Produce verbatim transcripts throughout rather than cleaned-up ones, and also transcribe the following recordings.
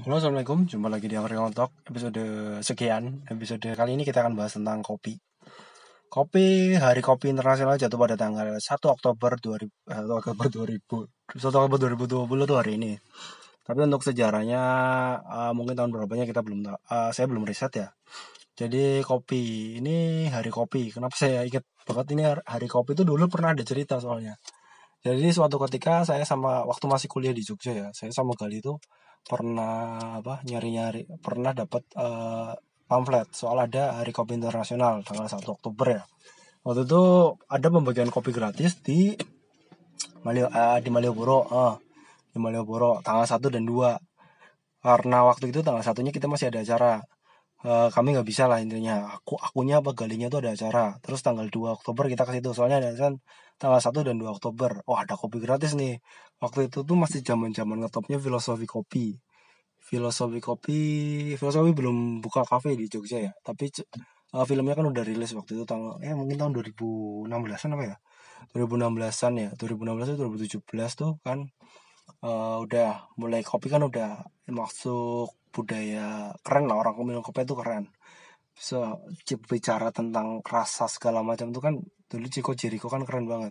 Halo, assalamualaikum. Jumpa lagi di Angkringan Talk episode sekian. Episode kali ini kita akan bahas tentang kopi. Kopi, Hari Kopi Internasional jatuh pada tanggal satu Oktober dua ribu, eh, satu Oktober dua ribu, satu Oktober dua ribu dua puluh tuh hari ini. Tapi untuk sejarahnya uh, mungkin tahun berapanya kita belum tahu. Uh, saya belum riset ya. Jadi kopi ini Hari Kopi. Kenapa saya ingat banget ini Hari Kopi itu dulu pernah ada cerita soalnya. Jadi suatu ketika saya sama waktu masih kuliah di Jogja ya, saya sama Gali itu pernah apa nyari-nyari pernah dapat uh, pamflet soal ada Hari Kopi Internasional tanggal satu Oktober ya. Waktu itu ada pembagian kopi gratis di Malio uh, di Malioboro, uh, di Malioboro tanggal satu dan dua. Karena waktu itu tanggal satunya kita masih ada acara. Uh, kami nggak bisa lah intinya. Aku akunya apa Galinya tuh ada acara. Terus tanggal dua Oktober kita ke situ. Soalnya ada kan tanggal satu dan dua Oktober. Oh, ada kopi gratis nih. Waktu itu tuh masih zaman-zaman ngetopnya filosofi kopi. Filosofi kopi, filosofi belum buka kafe di Jogja ya. Tapi uh, filmnya kan udah rilis waktu itu tanggal eh mungkin tahun dua ribu enam belasan apa ya? dua ribu enam belasan ya. dua ribu enam belas atau dua ribu tujuh belas tuh kan uh, udah mulai kopi kan udah masuk budaya keren lah, orang minum kopi itu keren. So, bicara tentang rasa segala macam tuh kan dulu Chico Jericho kan keren banget.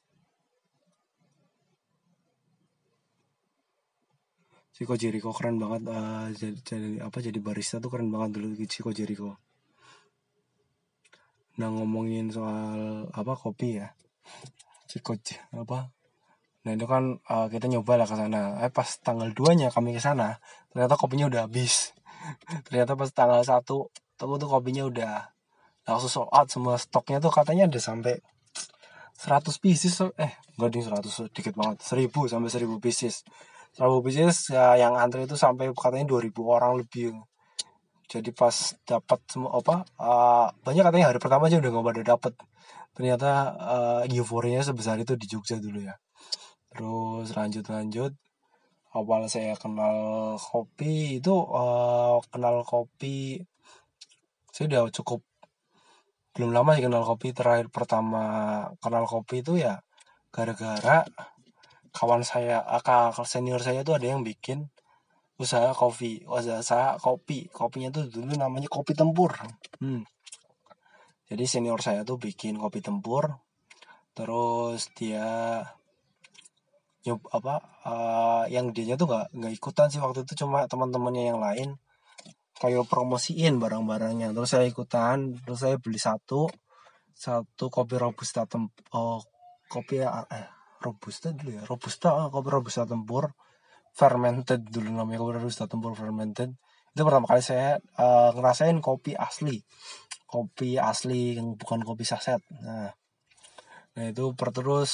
Chico Jericho keren banget, uh, jadi, jadi apa jadi barista tuh keren banget dulu Chico Jericho. Nah, ngomongin soal apa kopi ya, Chico apa, nah itu kan uh, kita nyoba lah ke sana. Eh pas tanggal dua nya kami ke sana, ternyata kopinya udah habis. Ternyata pas tanggal satu tuh tuh kopinya udah langsung sold out semua, stoknya tuh katanya ada sampai seratus pieces. Eh enggak ding, seratus dikit banget, seribu sampai seribu pieces. seribu pieces ya, yang antri itu sampai katanya dua ribu orang lebih. Jadi pas dapat semua apa uh, banyak katanya hari pertama aja udah nggak pada dapat. Ternyata uh, euforianya sebesar itu di Jogja dulu ya. Terus lanjut-lanjut, awal saya kenal kopi itu uh, kenal kopi saya udah cukup belum lama sih kenal kopi. Terakhir pertama kenal kopi itu ya gara-gara kawan saya, kakak senior saya tuh ada yang bikin usaha kopi, usaha kopi, kopinya tuh dulu namanya Kopi Tempur. Hmm. Jadi senior saya tuh bikin kopi tempur, terus dia nyob apa uh, yang dianya tuh nggak nggak ikutan sih waktu itu, cuma teman-temannya yang lain kayak promosiin barang-barangnya. Terus saya ikutan, terus saya beli satu satu kopi robusta tem oh, kopi eh robusta dulu ya robusta kopi robusta tempur fermented dulu namanya, kopi robusta tempur fermented. Itu pertama kali saya uh, ngerasain kopi asli, kopi asli yang bukan kopi saset. Nah, nah itu per terus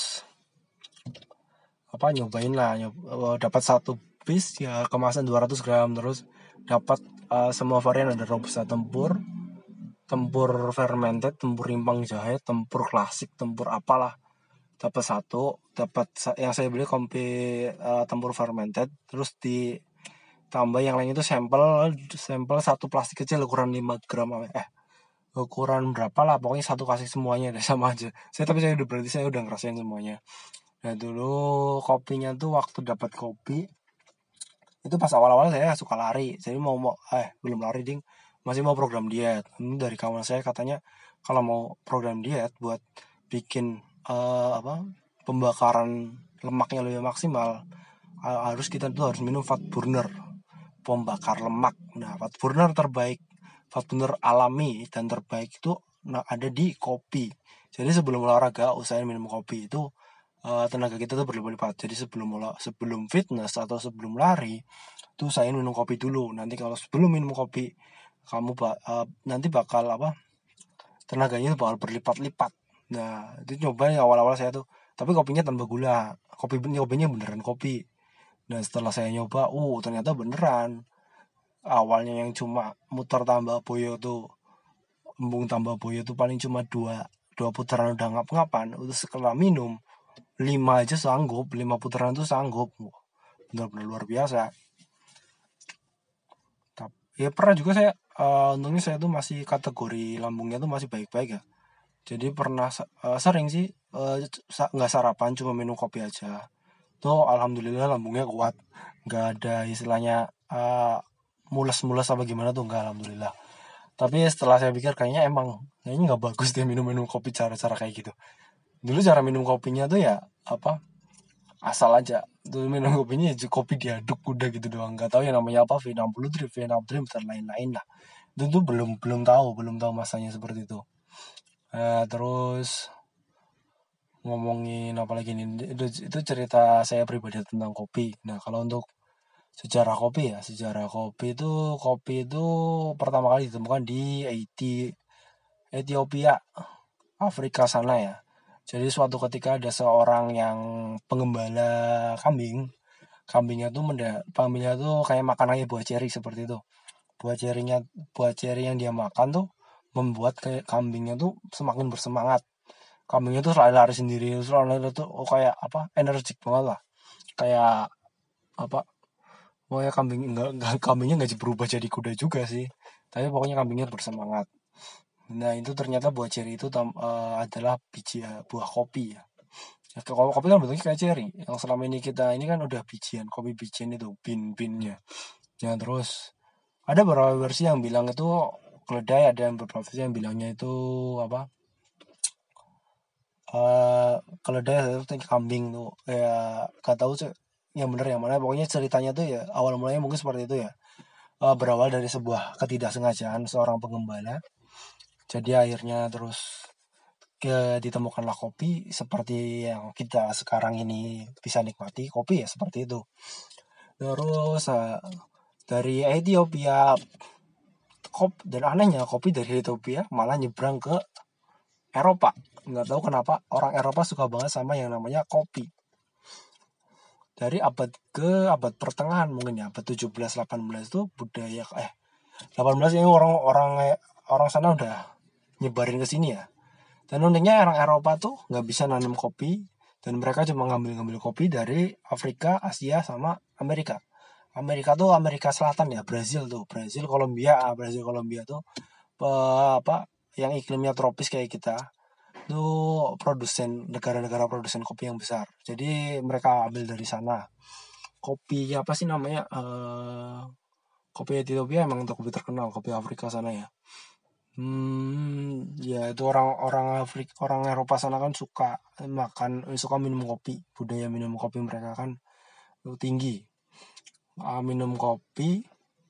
apa nyobain lah nyob, uh, dapat satu piece ya kemasan dua ratus gram. Terus dapat uh, semua varian, ada robusta tempur, tempur fermented, tempur rimpang jahe, tempur klasik, tempur apalah. Dapat satu, dapat yang saya beli kopi uh, tempur fermented. Terus ditambah yang lain itu sampel, sampel satu plastik kecil ukuran lima gram eh ukuran berapa lah pokoknya satu kasih semuanya deh, sama aja. Saya tapi saya udah berarti saya udah ngerasain semuanya. Nah dulu kopinya tuh waktu dapat kopi itu pas awal-awal saya suka lari, jadi mau mau eh belum lari ding, masih mau program diet. Ini dari kawan saya katanya kalau mau program diet buat bikin uh, apa pembakaran lemaknya lebih maksimal, uh, harus kita tuh harus minum fat burner, pembakar lemak. Nah fat burner terbaik, fat burner alami dan terbaik itu nah, ada di kopi. Jadi sebelum olahraga usahain minum kopi, itu uh, tenaga kita tuh berlipat-lipat. Jadi sebelum sebelum fitness atau sebelum lari tuh saya minum kopi dulu. Nanti kalau sebelum minum kopi kamu uh, nanti bakal apa tenaganya bakal berlipat-lipat. Nah itu coba ya awal-awal saya tuh, tapi kopinya tanpa gula, kopi kopinya beneran kopi. Dan setelah saya nyoba, uh ternyata beneran. Awalnya yang cuma muter tambah boyo tuh, embung tambah boyo tuh paling cuma dua dua putaran udah ngap-ngapan. Udah setelah minum lima aja sanggup, lima putaran tuh sanggup, benar-benar luar biasa. Tapi ya pernah juga saya, uh, untungnya saya tuh masih kategori lambungnya tuh masih baik-baik ya. Jadi pernah uh, sering sih uh, nggak sarapan, cuma minum kopi aja. Tuh alhamdulillah lambungnya kuat, nggak ada istilahnya uh, mules-mules apa gimana tuh, enggak, alhamdulillah. Tapi setelah saya pikir kayaknya emang kayaknya nggak bagus deh minum-minum kopi cara-cara kayak gitu. Dulu cara minum kopinya tuh ya apa, asal aja. Dulu minum kopinya ya kopi diaduk udah gitu doang. Nggak tahu ya namanya apa, V enam puluh drip, V enam drip dan lain-lain lah. Itu tuh belum belum tahu, belum tahu masanya seperti itu. Nah, terus ngomongin apa lagi nih, itu, itu cerita saya pribadi tentang kopi. Nah, kalau untuk sejarah kopi ya, sejarah kopi itu kopi itu pertama kali ditemukan di Ethiopia, Afrika sana ya. Jadi suatu ketika ada seorang yang pengembala kambing, kambingnya tuh menda, kambingnya tuh kayak makan aja buah ceri seperti itu. Buah cerinya, buah ceri yang dia makan tuh membuat kayak kambingnya tuh semakin bersemangat. Kambingnya tuh selalu lari sendiri, selalu lari tuh oh, kayak apa, energik banget lah. Kayak apa, pokoknya kambing enggak, enggak kambingnya nggak berubah jadi kuda juga sih. Tapi pokoknya kambingnya bersemangat. Nah, itu ternyata buah ceri itu tam, uh, adalah biji uh, buah kopi ya. Ya, kalau kopi kan bentuknya kayak ceri. Yang selama ini kita ini kan udah bijian, kopi bijian itu, bin-binnya. Ya, terus ada beberapa versi yang bilang itu keledai, ada yang beberapa versi yang bilangnya itu apa? Uh, keledai itu kambing tuh. Ya, gak tahu sih yang benar yang mana. Pokoknya ceritanya tuh ya awal mulanya mungkin seperti itu ya. Uh, berawal dari sebuah ketidaksengajaan seorang pengembala. Jadi akhirnya terus ke ditemukanlah kopi seperti yang kita sekarang ini bisa nikmati kopi ya seperti itu. Terus uh, dari Ethiopia, kopi, dan anehnya kopi dari Ethiopia malah nyebrang ke Eropa. Nggak tahu kenapa orang Eropa suka banget sama yang namanya kopi. Dari abad ke abad pertengahan mungkin ya, abad tujuh belas delapan belas itu budaya eh delapan belas ini orang-orang orang sana udah nyebarin ke sini ya. Dan uniknya orang Eropa tuh nggak bisa nanam kopi, dan mereka cuma ngambil-ngambil kopi dari Afrika, Asia, sama Amerika. Amerika tuh Amerika Selatan ya, Brazil tuh, Brazil, Kolombia, Brazil, Kolombia tuh apa yang iklimnya tropis kayak kita tuh produsen, negara-negara produsen kopi yang besar. Jadi mereka ambil dari sana. Kopi apa sih namanya? Uh, kopi Ethiopia emang untuk kopi terkenal, kopi Afrika sana ya. Hmm, ya itu orang-orang Afrika, orang Eropa sana kan suka makan, suka minum kopi. Budaya minum kopi mereka kan tinggi. Uh, minum kopi,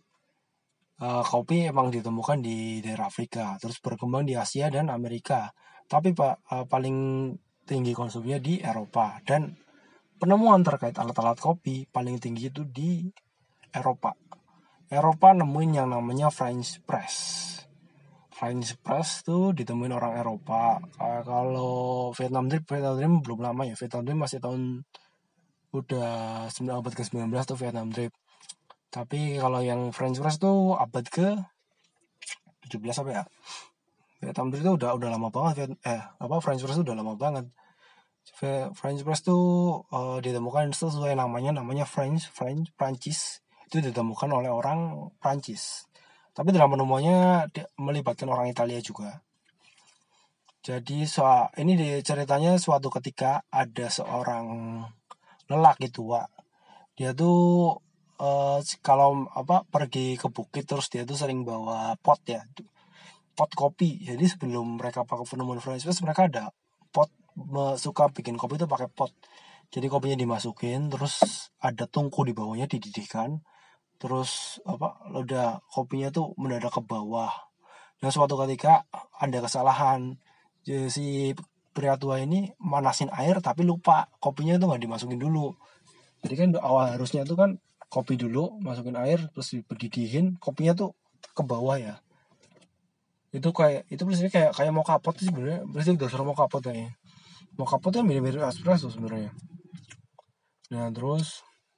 uh, kopi emang ditemukan di daerah Afrika, terus berkembang di Asia dan Amerika. Tapi pak uh, paling tinggi konsumsinya di Eropa, dan penemuan terkait alat-alat kopi paling tinggi itu di Eropa. Eropa nemuin yang namanya French press. French press tuh ditemuin orang Eropa. Uh, kalau Vietnam drip, Vietnam drip belum lama ya. Vietnam drip masih tahun udah abad ke sembilan belas tuh Vietnam drip. Tapi kalau yang French press tuh abad ke tujuh belas apa ya? Vietnam drip itu udah udah lama banget. Eh apa French press itu udah lama banget. French press tuh uh, ditemukan sesuai namanya, namanya French, French, Prancis. Itu ditemukan oleh orang Prancis. Tapi dalam penemuannya melibatkan orang Italia juga. Jadi soal ini di ceritanya suatu ketika ada seorang lelaki tua. Dia tuh uh, kalau apa pergi ke bukit, terus dia tuh sering bawa pot ya, pot kopi. Jadi sebelum mereka pakai penemuan French press, mereka ada pot, suka bikin kopi itu pakai pot. Jadi kopinya dimasukin, terus ada tungku di bawahnya dididihkan, terus apa udah kopinya tuh mendadak ke bawah. Dan suatu ketika ada kesalahan, jadi si pria tua ini manasin air tapi lupa kopinya itu nggak dimasukin dulu. Jadi kan awal harusnya tuh kan kopi dulu, masukin air, terus dididihin, kopinya tuh ke bawah ya. Itu kayak itu prinsipnya kayak kayak mau kapot sih sebenarnya, prinsip dasar mau kapot kayaknya. Mau kapot kan mirip-mirip espresso sebenarnya. Nah terus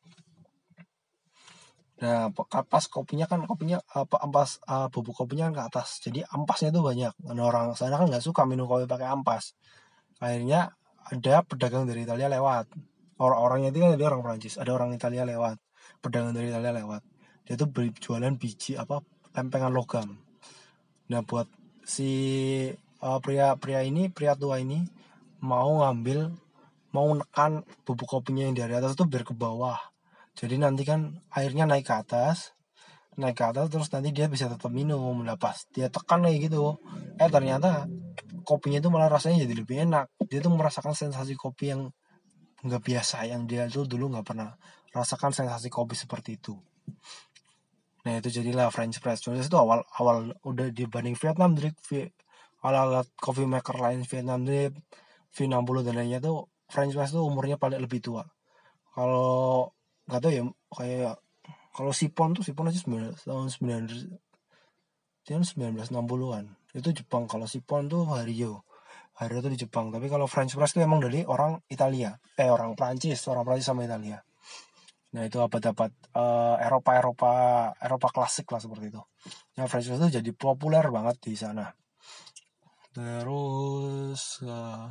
Nah, pas kopinya kan kopinya apa ampas uh, bubuk kopinya kan ke atas. Jadi ampasnya tuh banyak. Nah, orang sana kan nggak suka minum kopi pakai ampas. Akhirnya ada pedagang dari Italia lewat. Orang-orangnya itu kan ada orang Prancis, ada orang Italia lewat. Pedagang dari Italia lewat. Dia tuh beli jualan biji apa lempengan logam. Nah, buat si uh, pria-pria ini, pria tua ini mau ngambil, mau nekan bubuk kopinya yang dari atas itu biar ke bawah. Jadi nanti kan airnya naik ke atas, naik ke atas terus nanti dia bisa tetap minum. Nah pas dia tekan kayak gitu, eh ternyata kopinya itu malah rasanya jadi lebih enak. Dia tuh merasakan sensasi kopi yang nggak biasa, yang dia tuh dulu nggak pernah rasakan sensasi kopi seperti itu. Nah itu jadilah French press. Terus itu awal awal udah dibanding Vietnam drip, alat-alat coffee maker lain Vietnam drip, V enam puluh dan lainnya tuh French press tuh umurnya paling lebih tua. Kalau nggak tahu ya, kayak kalau Sipon tuh Sipon aja sembilan tahun sembilan tahun sembilan belas enam puluhan. Itu Jepang. Kalau Sipon tuh Hario. Hario tuh di Jepang. Tapi kalau French press tuh emang dari orang Italia. Eh orang Prancis, orang Prancis sama Italia. Nah itu abad-abad uh, Eropa Eropa Eropa klasik lah seperti itu. Nah French press itu jadi populer banget di sana. Terus uh,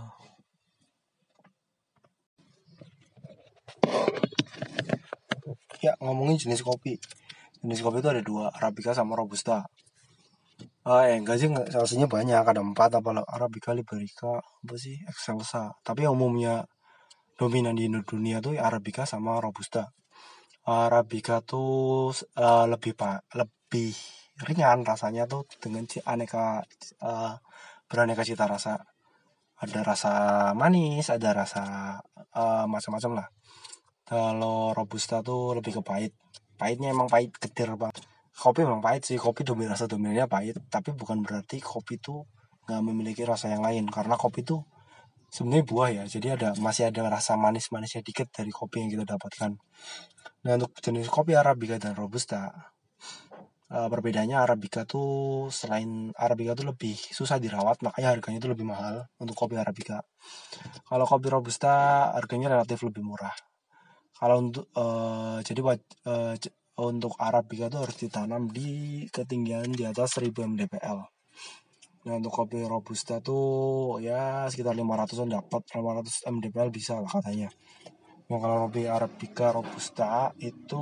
ya ngomongin jenis kopi. Jenis kopi itu ada dua, Arabica sama Robusta. Ah, eh, enggak sih, aslinya banyak, ada empat apa Arabica, Liberica, apa sih, Excelsa. Tapi umumnya dominan di dunia tuh Arabica sama Robusta. Arabica tuh uh, lebih pak, lebih ringan rasanya tuh dengan aneka uh, beraneka cita rasa. Ada rasa manis, ada rasa uh, macam-macam lah. Kalau Robusta tuh lebih ke pahit. Pahitnya emang pahit getir banget. Kopi memang pahit sih, kopi dominan rasa dominannya pahit, tapi bukan berarti kopi tuh nggak memiliki rasa yang lain, karena kopi tuh sebenarnya buah ya, jadi ada masih ada rasa manis-manisnya dikit dari kopi yang kita dapatkan. Nah untuk jenis kopi Arabica dan Robusta, uh, perbedaannya Arabica tuh selain Arabica tuh lebih susah dirawat, makanya harganya tuh lebih mahal untuk kopi Arabica. Kalau kopi Robusta harganya relatif lebih murah. Kalau untuk uh, jadi uh, untuk Arabica itu harus ditanam di ketinggian di atas seribu mdpl. Nah untuk kopi Robusta tuh ya sekitar lima ratusan dapat, lima ratus mdpl bisa lah katanya. Nah kalau kopi Arabica Robusta itu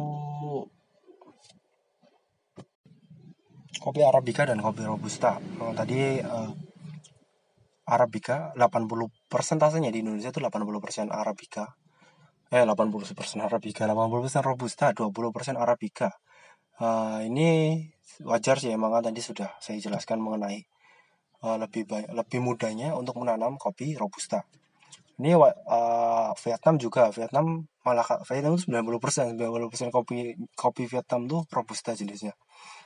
kopi Arabica dan kopi Robusta. Kalau tadi uh, Arabica delapan puluh persen persentasenya di Indonesia itu delapan puluh persen Arabica. Eh delapan puluh persen Arabica, delapan puluh persen Robusta, dua puluh persen Arabica. Uh, ini wajar sih emang kan tadi sudah saya jelaskan mengenai uh, lebih banyak, lebih mudahnya untuk menanam kopi Robusta. Ini uh, Vietnam juga, Vietnam malah Vietnam itu sembilan puluh persen, sembilan puluh persen kopi kopi Vietnam tuh Robusta jenisnya.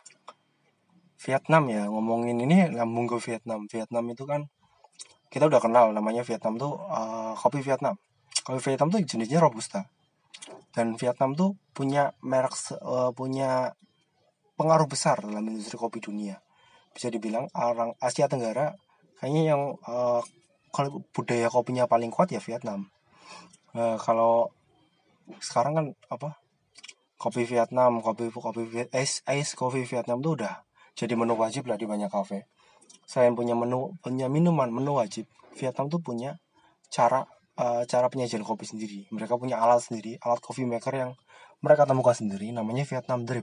Vietnam ya, ngomongin ini lambung ke Vietnam. Vietnam itu kan kita udah kenal namanya Vietnam tuh uh, kopi Vietnam. Kopi Vietnam tuh jenisnya Robusta. Dan Vietnam tuh punya merek uh, punya pengaruh besar dalam industri kopi dunia. Bisa dibilang orang Asia Tenggara kayaknya yang uh, kalau budaya kopinya paling kuat ya Vietnam. Uh, kalau sekarang kan apa kopi Vietnam, kopi kopi ice ice kopi Vietnam tuh udah jadi menu wajib lah di banyak kafe. Selain punya menu punya minuman menu wajib, Vietnam tuh punya cara uh, cara penyajian kopi sendiri. Mereka punya alat sendiri, alat coffee maker yang mereka temukan sendiri, namanya Vietnam Drip.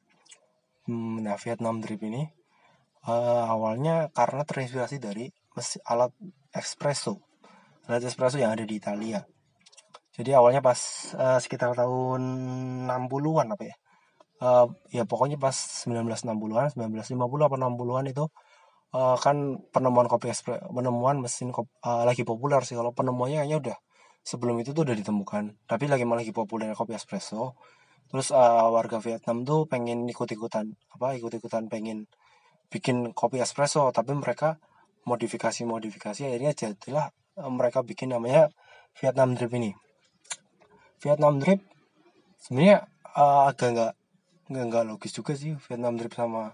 Hmm, nah Vietnam Drip ini uh, awalnya karena terinspirasi dari mesin alat espresso, alat espresso yang ada di Italia. Jadi awalnya pas uh, sekitar tahun enam puluhan apa ya, uh, ya pokoknya pas sembilan belas enam puluhan, sembilan belas lima puluh apa enam puluhan itu uh, kan penemuan kopi espresso, penemuan mesin kopi, uh, lagi populer sih. Kalau penemuannya kayaknya udah sebelum itu tuh udah ditemukan, tapi lagi malah lagi populer kopi espresso. Terus uh, warga Vietnam tuh pengen ikut-ikutan apa ikut-ikutan pengen bikin kopi espresso, tapi mereka modifikasi-modifikasi akhirnya jadilah uh, mereka bikin namanya Vietnam Drip ini. Vietnam Drip sebenarnya uh, agak nggak nggak nggak logis juga sih Vietnam Drip sama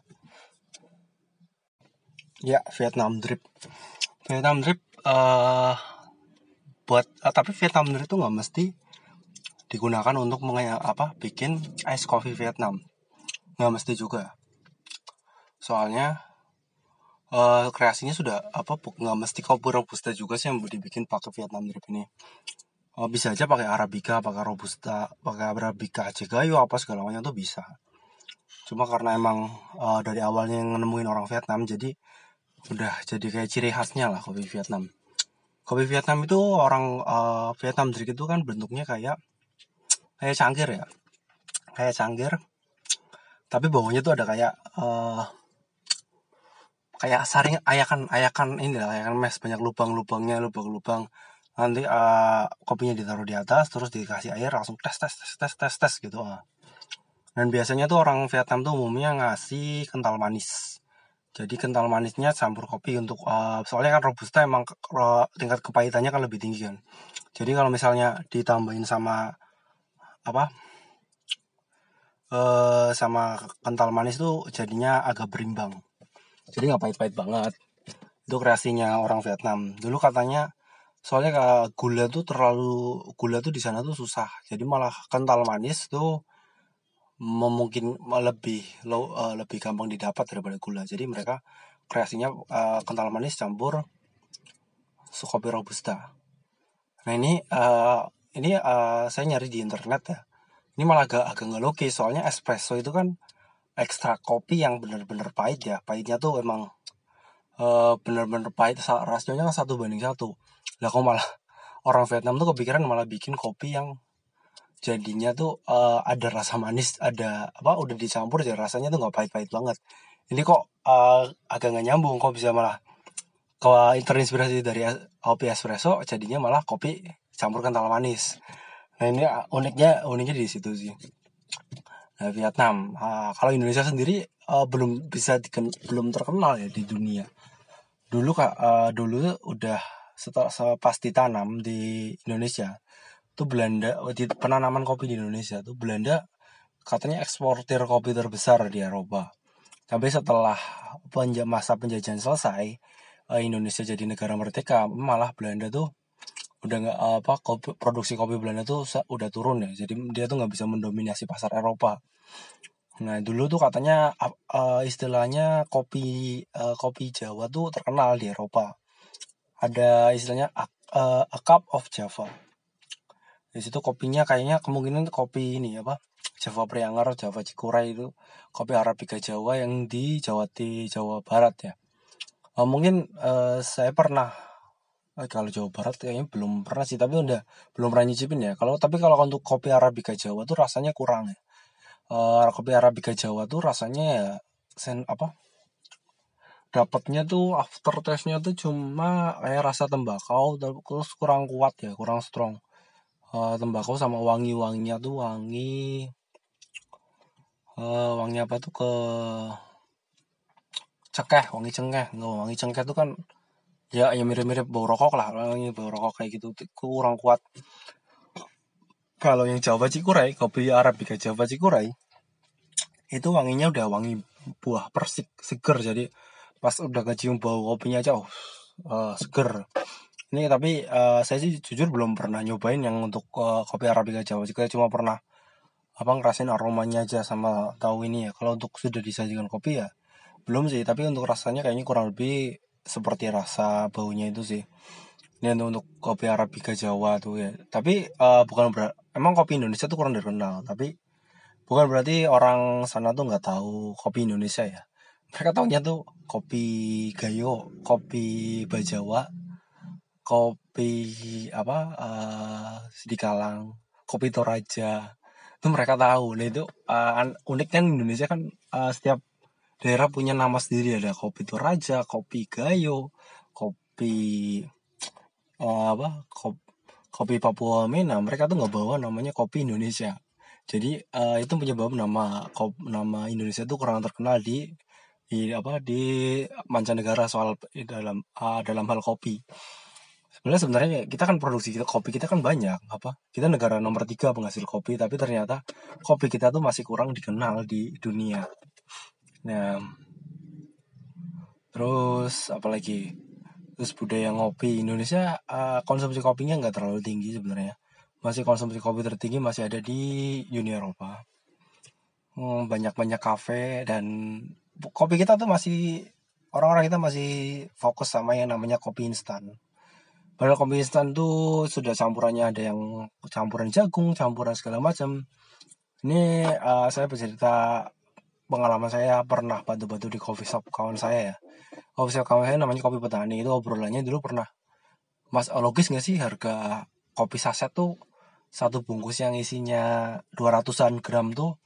ya Vietnam Drip. Vietnam Drip uh, buat uh, tapi Vietnam Drip itu nggak mesti digunakan untuk mengaya apa bikin ice coffee Vietnam, nggak mesti juga. Soalnya uh, kreasinya sudah apa nggak mesti kopi Robusta juga sih yang dibikin pakai Vietnam Drip ini. Uh, bisa aja pakai Arabica, pakai Robusta, pakai Arabica Aceh Gayo apa segala macam tuh bisa. Cuma karena emang uh, dari awalnya yang nemuin orang Vietnam, jadi udah jadi kayak ciri khasnya lah kopi Vietnam. Kopi Vietnam itu orang uh, Vietnam Drip itu kan bentuknya kayak kayak cangkir ya. kayak cangkir, tapi bawahnya tuh ada kayak uh, kayak saring ayakan ayakan ini lah, ayakan mes, banyak lubang-lubangnya, lubang-lubang. Nanti uh, kopinya ditaruh di atas, terus dikasih air, langsung tes tes tes tes tes tes gitu. Uh. Dan biasanya tuh orang Vietnam tuh umumnya ngasih kental manis. Jadi kental manisnya campur kopi untuk uh, soalnya kan robusta emang uh, tingkat kepahitannya kan lebih tinggi kan. Jadi kalau misalnya ditambahin sama apa uh, sama kental manis tuh jadinya agak berimbang. Jadi nggak pahit-pahit banget. Itu kreasinya orang Vietnam. Dulu katanya soalnya uh, gula tuh terlalu gula tuh di sana tuh susah. Jadi malah kental manis tuh memungkin lebih low, uh, lebih gampang didapat daripada gula. Jadi mereka kreasinya uh, kental manis campur kopi robusta. Nah ini uh, ini uh, saya nyari di internet ya. Ini malah agak agak nggak logis soalnya espresso itu kan ekstra kopi yang bener-bener pahit ya. Pahitnya tuh emang uh, bener-bener pahit. Rasionya kan satu banding satu. Lah kok malah orang Vietnam tuh kepikiran malah bikin kopi yang jadinya tuh uh, ada rasa manis, ada apa udah dicampur jadi rasanya tuh nggak pahit-pahit banget. Ini kok uh, agak nggak nyambung, kok bisa malah kalau terinspirasi dari kopi espresso jadinya malah kopi campur kental manis. Nah ini uh, uniknya uniknya di situ sih. Nah Vietnam, uh, kalau Indonesia sendiri uh, belum bisa diken, belum terkenal ya di dunia. Dulu kak uh, dulu udah setelah pas ditanam di Indonesia tuh Belanda, penanaman kopi di Indonesia tuh Belanda katanya eksportir kopi terbesar di Eropa. Tapi setelah penja- masa penjajahan selesai, Indonesia jadi negara merdeka, malah Belanda tuh udah nggak apa kopi, produksi kopi Belanda tuh udah turun ya. Jadi dia tuh nggak bisa mendominasi pasar Eropa. Nah dulu tuh katanya uh, istilahnya kopi uh, kopi Jawa tuh terkenal di Eropa. Ada istilahnya uh, a cup of Java. Di situ kopinya kayaknya kemungkinan kopi ini apa Java Priangar, Java Cikuray itu kopi Arabica Jawa yang di Jawa di Jawa Barat ya. Uh, mungkin uh, saya pernah eh, kalau Jawa Barat kayaknya belum pernah sih, tapi udah belum pernah nyicipin ya. Kalau tapi kalau untuk kopi Arabica Jawa tuh rasanya kurang ya. Uh, kopi Arabica Jawa tuh rasanya ya sen apa? Dapatnya tuh aftertaste-nya tuh cuma kayak rasa tembakau terus kurang kuat ya, kurang strong. Uh, tembakau sama wangi-wanginya tuh wangi uh, wangi apa tuh ke cengkeh, wangi cengkeh. Nggak, wangi cengkeh tuh kan ya ya mirip-mirip bau rokok lah, wangi bau rokok kayak gitu kurang kuat. Kalau yang Jawa Cikuray, kopi Arabica Jawa Cikuray itu wanginya udah wangi buah persik seger, jadi pas udah kecium bau kopinya aja oh, uh, seger. Ini tapi uh, saya sih jujur belum pernah nyobain yang untuk uh, kopi Arabica Jawa Cikuray, cuma pernah apa ngerasain aromanya aja sama tahu ini ya. Kalau untuk sudah disajikan kopi ya belum sih, tapi untuk rasanya kayaknya kurang lebih seperti rasa baunya itu sih. Ini untuk kopi Arabica Jawa tuh ya. Tapi uh, bukan berarti emang kopi Indonesia tuh kurang terkenal, tapi bukan berarti orang sana tuh nggak tahu kopi Indonesia ya. Mereka tahunya tuh kopi Gayo, kopi Bajawa, kopi apa uh, Sidikalang, kopi Toraja. Itu mereka tahu. Nah itu uh, unik kan Indonesia kan uh, setiap daerah punya nama sendiri, ada kopi Toraja, kopi Gayo, kopi uh, apa kopi, kopi Papua Mena. Mereka tuh nggak bawa namanya kopi Indonesia. Jadi uh, itu penyebab nama kop, nama Indonesia tuh kurang terkenal di di apa di mancanegara soal dalam uh, dalam hal kopi. Sebenarnya sebenarnya kita kan produksi kita kopi kita kan banyak apa kita negara nomor tiga penghasil kopi, tapi ternyata kopi kita tuh masih kurang dikenal di dunia. Nah terus apalagi terus budaya ngopi Indonesia uh, konsumsi kopinya nggak terlalu tinggi sebenarnya. Masih konsumsi kopi tertinggi masih ada di Uni Eropa. Hmm, banyak-banyak kafe dan kopi kita tuh masih orang-orang kita masih fokus sama yang namanya kopi instan. Padahal kopi instan tuh sudah campurannya ada yang campuran jagung, campuran segala macam. Ini uh, saya bercerita pengalaman saya pernah bantu-bantu di coffee shop kawan saya ya. Coffee shop kawan saya namanya Kopi Petani, itu obrolannya dulu pernah. Mas, logis nggak sih harga kopi saset tuh satu bungkus yang isinya dua ratusan gram tuh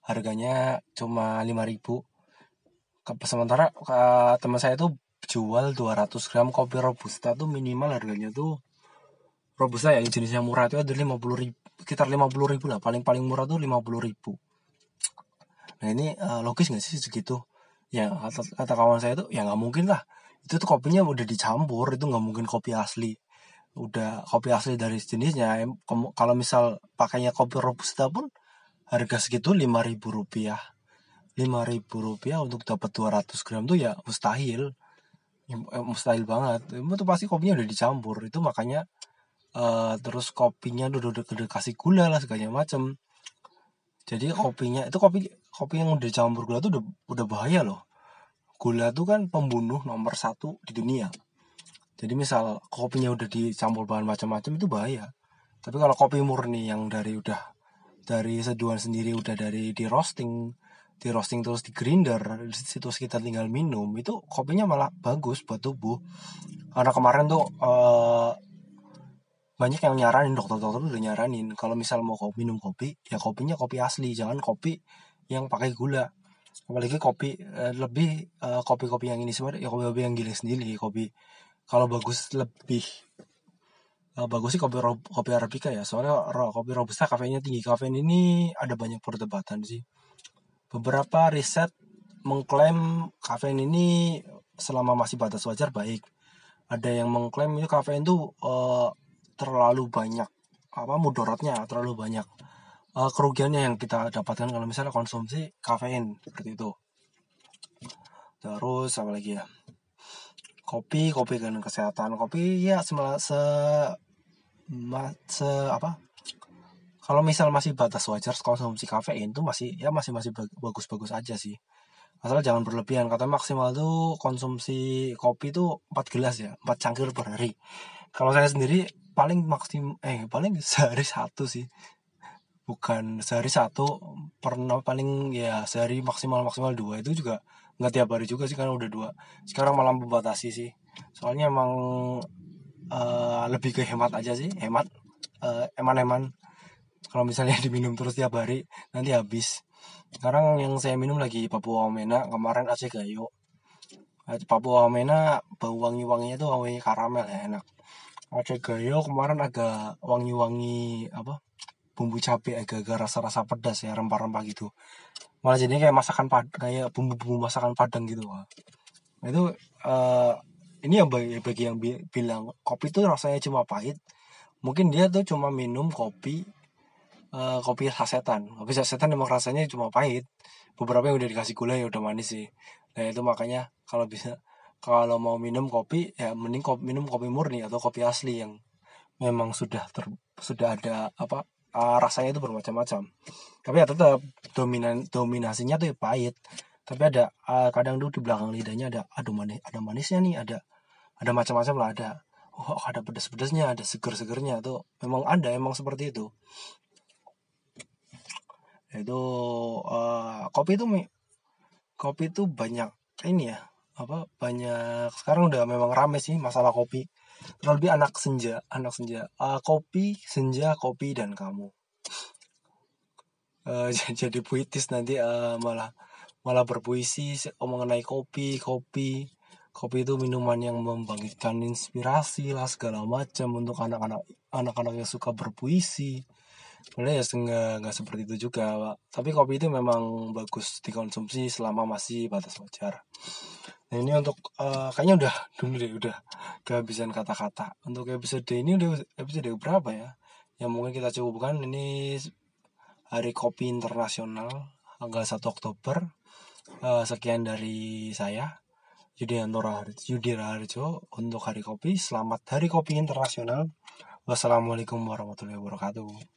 harganya cuma lima ribu. Sementara uh, teman saya tuh jual dua ratus gram kopi Robusta tuh minimal harganya tuh, Robusta ya jenisnya murah itu ada lima puluh ribu, sekitar lima puluh ribu lah, paling-paling murah tuh lima puluh ribu. Nah ini uh, logis gak sih segitu? Ya kata, kata kawan saya tuh ya nggak mungkin lah, itu tuh kopinya udah dicampur, itu nggak mungkin kopi asli. Udah kopi asli dari jenisnya. Kalau misal pakainya kopi Robusta pun harga segitu lima ribu rupiah. lima ribu rupiah untuk dapat dua ratus gram tuh ya mustahil. Ya, mustahil banget. Itu pasti kopinya udah dicampur. Itu makanya uh, terus kopinya udah, udah, udah kasih gula lah segala macam. Jadi kopinya itu kopi kopi yang udah dicampur gula tuh udah, udah bahaya loh. Gula tuh kan pembunuh nomor satu di dunia. Jadi misal kopinya udah dicampur bahan macam-macam itu bahaya. Tapi kalau kopi murni yang dari udah dari seduhan sendiri, udah dari di roasting, di roasting terus di grinder, terus kita tinggal minum, itu kopinya malah bagus buat tubuh. Karena kemarin tuh uh, banyak yang nyaranin, dokter-dokter udah nyaranin kalau misal mau minum kopi, ya kopinya kopi asli, jangan kopi yang pakai gula. Apalagi kopi uh, lebih uh, kopi-kopi yang ini sebenarnya ya kopi-kopi yang giling sendiri, kopi kalau bagus lebih uh, bagus sih kopi kopi arabica ya, soalnya kopi robusta kafeinnya tinggi. Kafein ini ada banyak perdebatan sih. Beberapa riset mengklaim kafein ini selama masih batas wajar baik. Ada yang mengklaim itu kafein tuh uh, terlalu banyak apa mudaratnya, terlalu banyak uh, kerugiannya yang kita dapatkan kalau misalnya konsumsi kafein seperti itu. Terus apa lagi ya? Kopi, kopi dengan kesehatan. Kopi ya se, se, se apa? Kalau misal masih batas wajar konsumsi kafein tuh masih ya masih masih bagus-bagus aja sih. Asal jangan berlebihan. Kata maksimal tuh konsumsi kopi tuh empat gelas ya, empat cangkir per hari. Kalau saya sendiri paling maksim eh paling sehari satu sih. Bukan sehari satu, pernah paling ya sehari maksimal maksimal dua, itu juga nggak tiap hari juga sih karena udah dua. Sekarang malah membatasi sih. Soalnya emang uh, lebih ke hemat aja sih, hemat uh, eman-eman. Kalau misalnya diminum terus tiap hari nanti habis. Sekarang yang saya minum lagi Papua Wamena, kemarin Aceh Gayo. Papua Wamena bau wangi-wanginya tuh wangi karamel ya, enak. Aceh Gayo kemarin agak wangi-wangi apa? Bumbu cabai, agak-agak rasa-rasa pedas ya, rempah-rempah gitu. Malah jadinya kayak masakan pad kayak bumbu-bumbu masakan Padang gitu. Nah, itu uh, ini yang bagi, bagi yang bi- bilang kopi tuh rasanya cuma pahit, mungkin dia tuh cuma minum kopi uh, kopi sasetan. Kopi sasetan emang rasanya cuma pahit. Beberapa yang udah dikasih gula ya udah manis sih. Nah itu makanya kalau bisa kalau mau minum kopi ya mending kopi, minum kopi murni atau kopi asli yang memang sudah ter, sudah ada apa uh, rasanya itu bermacam-macam. Tapi ya tetap dominan dominasinya tuh ya pahit. Tapi ada uh, kadang tuh di belakang lidahnya ada aduh manis, ada manisnya nih, ada ada macam-macam lah, ada oh ada pedas-pedasnya, ada seger-segernya tuh. Memang ada, emang seperti itu. Itu uh, kopi itu kopi itu banyak ini ya apa banyak sekarang udah memang rame sih masalah kopi, terlebih anak senja anak senja uh, kopi senja kopi dan kamu uh, jadi puitis nanti uh, malah malah berpuisi mengenai kopi kopi kopi itu minuman yang membangkitkan inspirasi lah segala macam untuk anak-anak anak-anak yang suka berpuisi. Sebenarnya ya nggak nggak seperti itu juga, Pak. Tapi kopi itu memang bagus dikonsumsi selama masih batas wajar. Nah ini untuk uh, kayaknya udah dulu deh udah kehabisan kata-kata. Untuk episode ini udah episode berapa ya? Yang mungkin kita cukupkan ini Hari Kopi Internasional tanggal satu Oktober. Uh, sekian dari saya Yudianto Harjo untuk Hari Kopi. Selamat Hari Kopi Internasional. Wassalamualaikum warahmatullahi wabarakatuh.